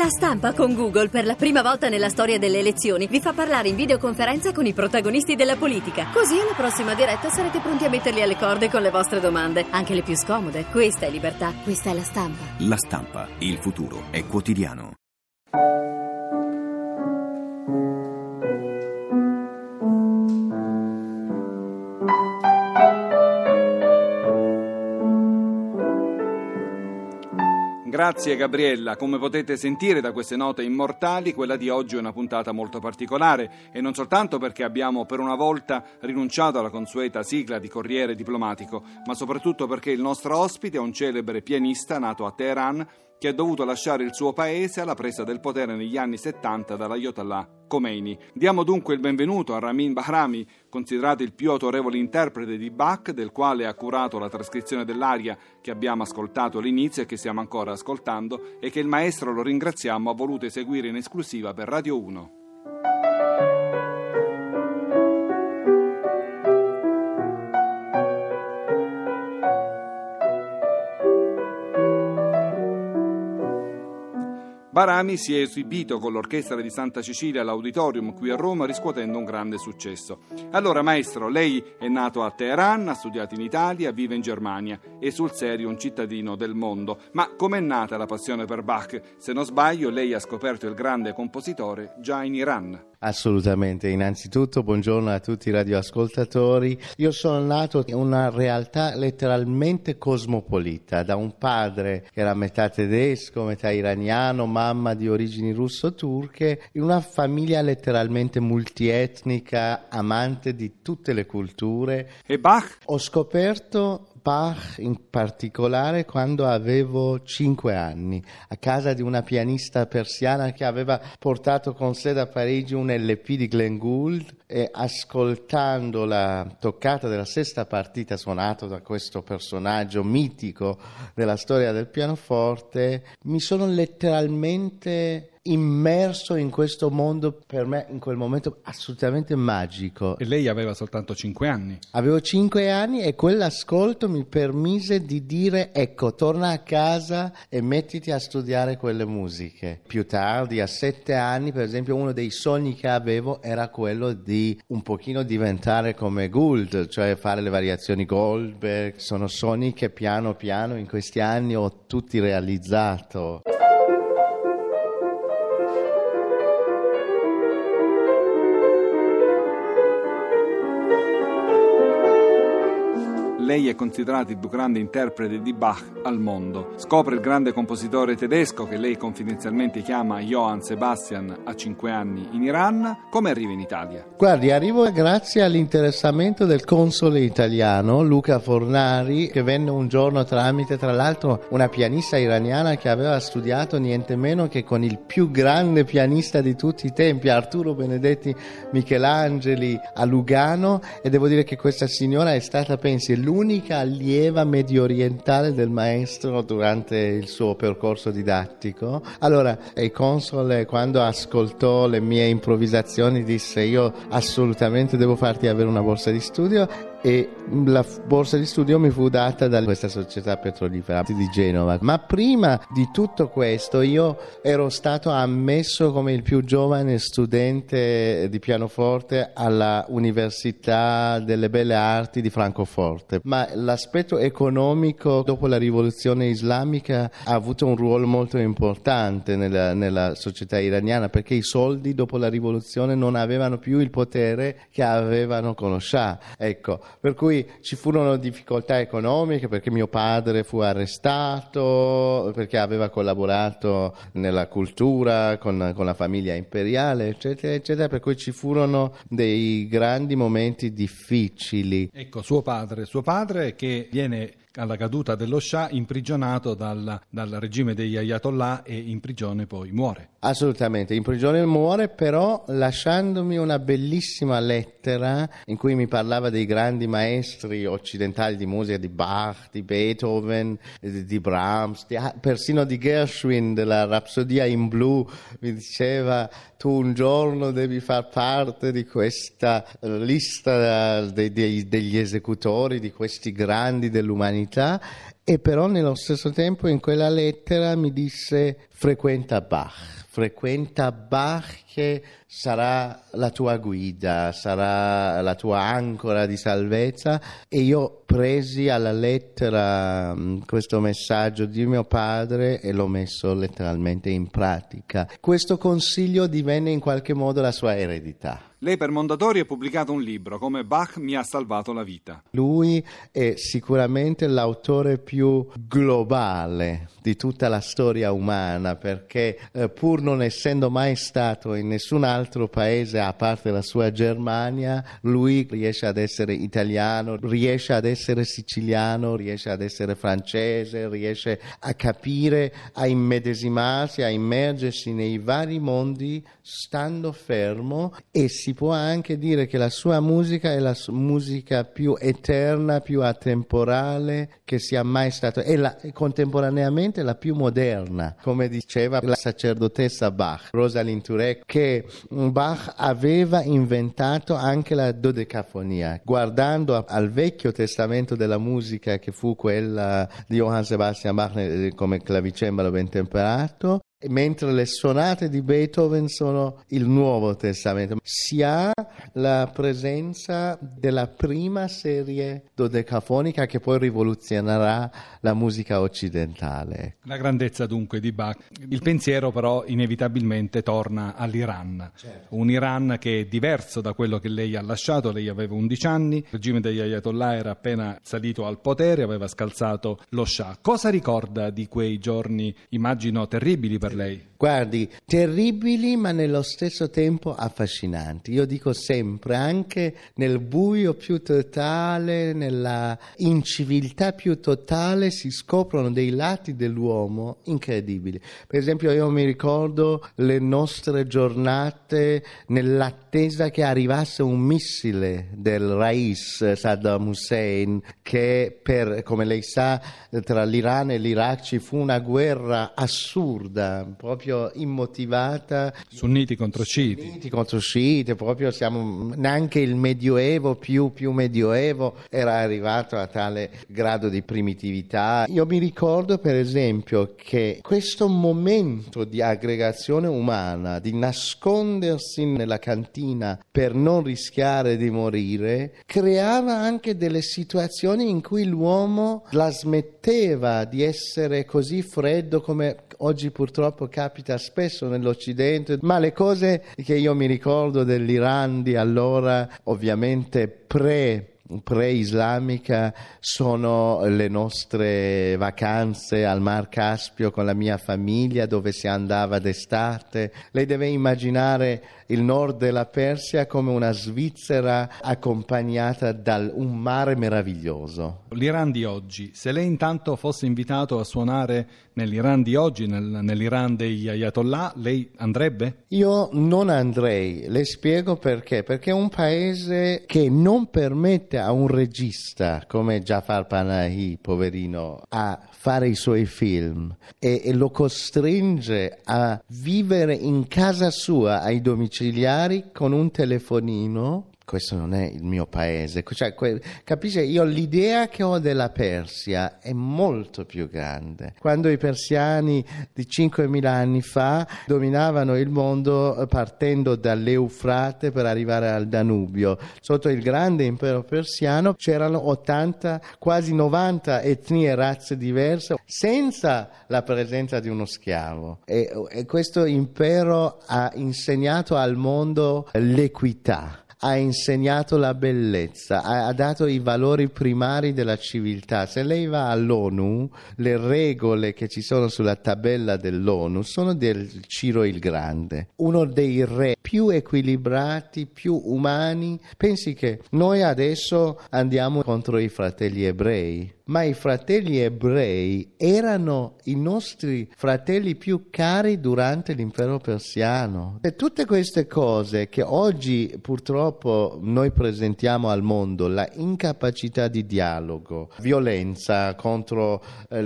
Stampa con Google, per la prima volta nella storia delle elezioni, vi fa parlare in videoconferenza con i protagonisti della politica. Così alla prossima diretta sarete pronti a metterli alle corde con le vostre domande, anche le più scomode. Questa è libertà, questa è La Stampa. La Stampa, il futuro è quotidiano. Grazie Gabriella, come potete sentire da queste note immortali, quella di oggi è una puntata molto particolare e non soltanto perché abbiamo per una volta rinunciato alla consueta sigla di Corriere Diplomatico, ma soprattutto perché il nostro ospite è un celebre pianista nato a Teheran che ha dovuto lasciare il suo paese alla presa del potere negli anni 70 dall'Ayatollah Khomeini. Diamo dunque il benvenuto a Ramin Bahrami, considerato il più autorevole interprete di Bach, del quale ha curato la trascrizione dell'aria che abbiamo ascoltato all'inizio e che stiamo ancora ascoltando e che il maestro, lo ringraziamo, ha voluto eseguire in esclusiva per Radio 1. Bahrami si è esibito con l'orchestra di Santa Cecilia all'Auditorium qui a Roma, riscuotendo un grande successo. Allora, maestro, lei è nato a Teheran, ha studiato in Italia, vive in Germania, è sul serio un cittadino del mondo. Ma com'è nata la passione per Bach? Se non sbaglio, lei ha scoperto il grande compositore già in Iran. Assolutamente, innanzitutto buongiorno a tutti i radioascoltatori. Io sono nato in una realtà letteralmente cosmopolita, da un padre che era metà tedesco, metà iraniano, mamma di origini russo-turche, in una famiglia letteralmente multietnica, amante di tutte le culture. E Bach? Ho scoperto Bach in particolare quando avevo 5 anni, a casa di una pianista persiana che aveva portato con sé da Parigi un LP di Glenn Gould, e ascoltando la toccata della sesta partita suonato da questo personaggio mitico della storia del pianoforte, mi sono letteralmente immerso in questo mondo, per me in quel momento assolutamente magico. E lei aveva soltanto 5 anni? Avevo 5 anni e quell'ascolto mi permise di dire: ecco, torna a casa e mettiti a studiare quelle musiche. Più tardi, a 7 anni, per esempio, uno dei sogni che avevo era quello di un pochino diventare come Gould, cioè fare le variazioni Goldberg. Sono sogni che piano piano in questi anni ho tutti realizzato. Lei è considerato il più grande interprete di Bach al mondo. Scopre il grande compositore tedesco che lei confidenzialmente chiama Johann Sebastian a 5 anni in Iran. Come arriva in Italia? Guardi, arrivo grazie all'interessamento del console italiano Luca Fornari, che venne un giorno tramite, tra l'altro, una pianista iraniana che aveva studiato niente meno che con il più grande pianista di tutti i tempi, Arturo Benedetti Michelangeli, a Lugano, e devo dire che questa signora è stata, pensi, l'unica allieva medio orientale del maestro durante il suo percorso didattico. Allora il console, quando ascoltò le mie improvvisazioni, disse: io assolutamente devo farti avere una borsa di studio, e la borsa di studio mi fu data da questa società petrolifera di Genova. Ma prima di tutto questo io ero stato ammesso come il più giovane studente di pianoforte alla Università delle Belle Arti di Francoforte, ma l'aspetto economico dopo la rivoluzione islamica ha avuto un ruolo molto importante nella società iraniana, perché i soldi dopo la rivoluzione non avevano più il potere che avevano con Shah, ecco. Per cui ci furono difficoltà economiche, perché mio padre fu arrestato, perché aveva collaborato nella cultura con la famiglia imperiale, eccetera, eccetera, per cui ci furono dei grandi momenti difficili. Ecco, suo padre che viene alla caduta dello Shah imprigionato dal regime degli Ayatollah e in prigione poi muore. Assolutamente, in prigione muore, però lasciandomi una bellissima lettera in cui mi parlava dei grandi maestri occidentali di musica, di Bach, di Beethoven, di Brahms, persino di Gershwin, della Rapsodia in blu. Mi diceva: tu un giorno devi far parte di questa lista degli esecutori, di questi grandi dell'umanità. E però nello stesso tempo in quella lettera mi disse: frequenta Bach, frequenta Bach che sarà la tua guida, sarà la tua ancora di salvezza. E io presi alla lettera questo messaggio di mio padre e l'ho messo letteralmente in pratica. Questo consiglio divenne in qualche modo la sua eredità. Lei per Mondadori ha pubblicato un libro, Come Bach mi ha salvato la vita. Lui è sicuramente l'autore più globale di tutta la storia umana, perché pur non essendo mai stato in nessun altro paese a parte la sua Germania, lui riesce ad essere italiano, riesce ad essere siciliano, riesce ad essere francese, riesce a capire, a immedesimarsi, a immergersi nei vari mondi stando fermo, e si può anche dire che la sua musica è la musica più eterna, più atemporale che sia mai stata, e contemporaneamente la più moderna, come diceva la sacerdotessa Bach, Rosalind Touré, che Bach aveva inventato anche la dodecafonia, guardando al Vecchio Testamento della musica, che fu quella di Johann Sebastian Bach come clavicembalo ben temperato, mentre le sonate di Beethoven sono il Nuovo Testamento. Si ha la presenza della prima serie dodecafonica che poi rivoluzionerà la musica occidentale. La grandezza dunque di Bach. Il pensiero però inevitabilmente torna all'Iran, certo. Un Iran che è diverso da quello che lei ha lasciato. Lei aveva 11 anni, il regime degli Ayatollah era appena salito al potere, aveva scalzato lo Shah. Cosa ricorda di quei giorni, immagino terribili per lei? Guardi, terribili ma nello stesso tempo affascinanti. Io dico sempre, anche nel buio più totale, nella inciviltà più totale, si scoprono dei lati dell'uomo incredibili. Per esempio, io mi ricordo le nostre giornate nell'attesa che arrivasse un missile del Rais Saddam Hussein, che come lei sa, tra l'Iran e l'Iraq ci fu una guerra assurda, proprio immotivata. Sunniti contro sciiti. Sunniti contro sciiti, proprio siamo, neanche il medioevo più medioevo era arrivato a tale grado di primitività. Io mi ricordo per esempio che questo momento di aggregazione umana, di nascondersi nella cantina per non rischiare di morire, creava anche delle situazioni in cui l'uomo la smetteva di essere così freddo come oggi purtroppo capita spesso nell'Occidente, ma le cose che io mi ricordo dell'Iran di allora, ovviamente pre-islamica, sono le nostre vacanze al Mar Caspio con la mia famiglia, dove si andava d'estate. Lei deve immaginare il nord della Persia come una Svizzera accompagnata da un mare meraviglioso. L'Iran di oggi, se lei intanto fosse invitato a suonare nell'Iran di oggi, nell'Iran degli Ayatollah, lei andrebbe? Io non andrei, le spiego perché. Perché è un paese che non permette a un regista come Jafar Panahi, poverino, a fare i suoi film e lo costringe a vivere in casa sua ai domiciliari con un telefonino. Questo non è il mio paese, cioè, capisce? Io l'idea che ho della Persia è molto più grande. Quando i persiani di 5.000 anni fa dominavano il mondo partendo dall'Eufrate per arrivare al Danubio, sotto il grande impero persiano c'erano 80, quasi 90 etnie e razze diverse, senza la presenza di uno schiavo. E questo impero ha insegnato al mondo l'equità, ha insegnato la bellezza, ha dato i valori primari della civiltà. Se lei va all'ONU, le regole che ci sono sulla tabella dell'ONU sono del Ciro il Grande, uno dei re più equilibrati, più umani. Pensi che noi adesso andiamo contro i fratelli ebrei, ma i fratelli ebrei erano i nostri fratelli più cari durante l'impero persiano. E tutte queste cose che oggi purtroppo noi presentiamo al mondo, la incapacità di dialogo, violenza contro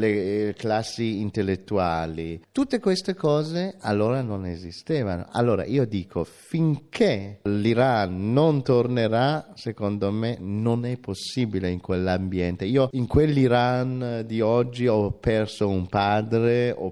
le classi intellettuali, tutte queste cose allora non esistevano. Allora io dico, finché l'Iran non tornerà, secondo me non è possibile in quell'ambiente. Io in quegli nell'Iran di oggi ho perso un padre, ho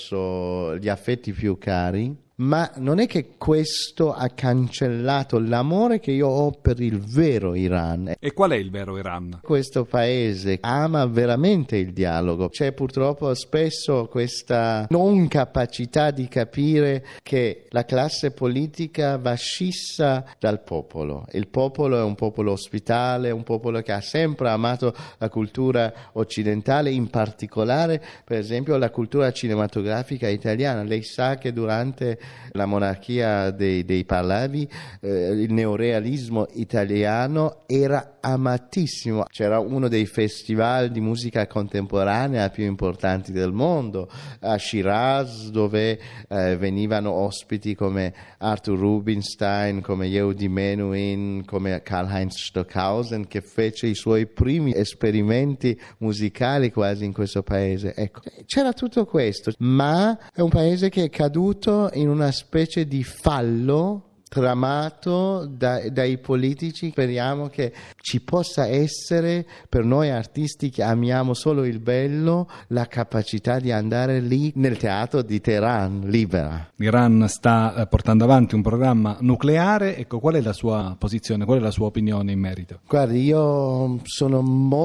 perso gli affetti più cari, ma non è che questo ha cancellato l'amore che io ho per il vero Iran. E qual è il vero Iran? Questo paese ama veramente il dialogo. C'è purtroppo spesso questa non capacità di capire che la classe politica va scissa dal popolo. Il popolo è un popolo ospitale, un popolo che ha sempre amato la cultura occidentale, in particolare, per esempio, la cultura cinematografica italiana. Lei sa che durante la monarchia dei Pahlavi, il neorealismo italiano era amatissimo. C'era uno dei festival di musica contemporanea più importanti del mondo, a Shiraz, dove venivano ospiti come Arthur Rubinstein, come Yehudi Menuhin, come Karl-Heinz Stockhausen, che fece i suoi primi esperimenti musicali quasi in questo paese. Ecco, c'era tutto questo, ma è un paese che è caduto in una specie di fallo tramato dai politici. Speriamo che ci possa essere, per noi artisti che amiamo solo il bello, la capacità di andare lì nel teatro di Teheran, libera. L'Iran sta portando avanti un programma nucleare. Ecco, qual è la sua posizione, qual è la sua opinione in merito? Guardi, io sono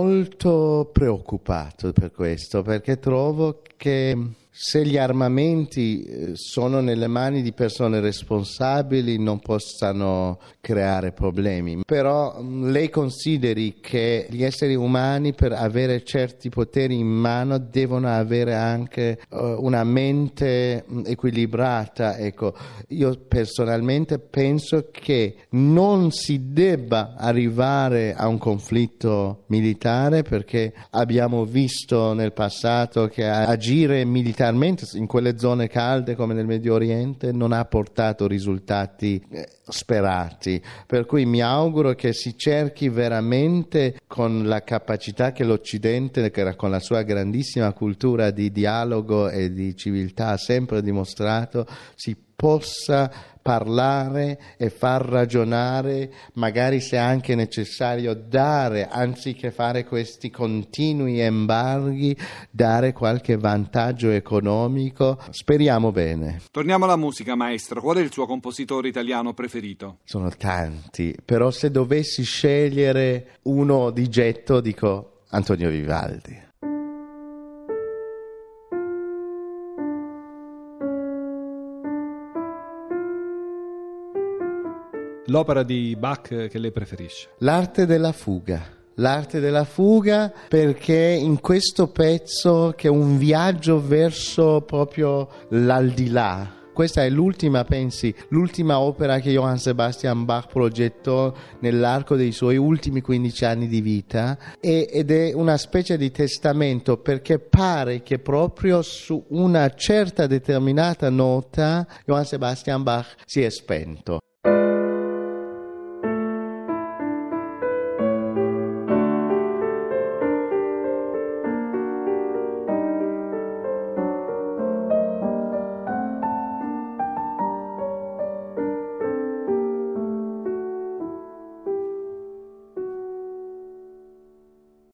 molto preoccupato per questo, perché trovo che se gli armamenti sono nelle mani di persone responsabili non possano creare problemi. Però lei consideri che gli esseri umani, per avere certi poteri in mano, devono avere anche una mente equilibrata. Ecco, io personalmente penso che non si debba arrivare a un conflitto militare, perché abbiamo visto nel passato che agire militarmente in quelle zone calde come nel Medio Oriente non ha portato risultati sperati. Per cui mi auguro che si cerchi veramente, con la capacità che l'Occidente, con la sua grandissima cultura di dialogo e di civiltà, ha sempre dimostrato, si possa parlare e far ragionare, magari se anche necessario dare, anziché fare questi continui embarghi, dare qualche vantaggio economico. Speriamo bene. Torniamo alla musica, maestro. Qual è il suo compositore italiano preferito? Sono tanti, però se dovessi scegliere uno di getto dico Antonio Vivaldi. L'opera di Bach che lei preferisce? L'arte della fuga. L'arte della fuga, perché in questo pezzo, che è un viaggio verso proprio l'aldilà. Questa è l'ultima opera che Johann Sebastian Bach progettò nell'arco dei suoi ultimi 15 anni di vita, ed è una specie di testamento, perché pare che proprio su una certa determinata nota Johann Sebastian Bach si è spento.